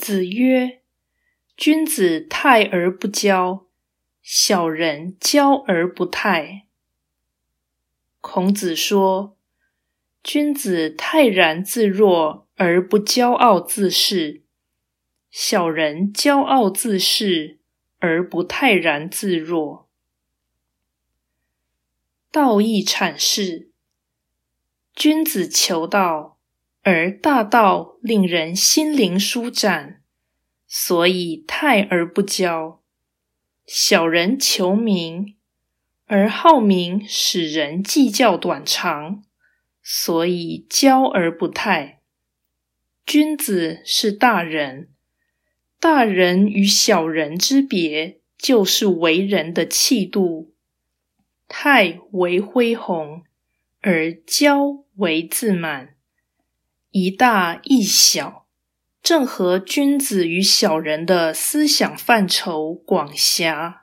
子曰：君子泰而不骄，小人骄而不泰。孔子说，君子泰然自若而不骄傲自恃，小人骄傲自恃而不泰然自若。道义阐释：君子求道，而大道令人心灵舒展，所以泰而不骄；小人求名，而好名使人计较短长，所以骄而不泰。君子是大人，大人与小人之别，就是为人的气度。泰为恢宏，而骄为自满，一大一小，正合君子与小人的思想范畴广狭。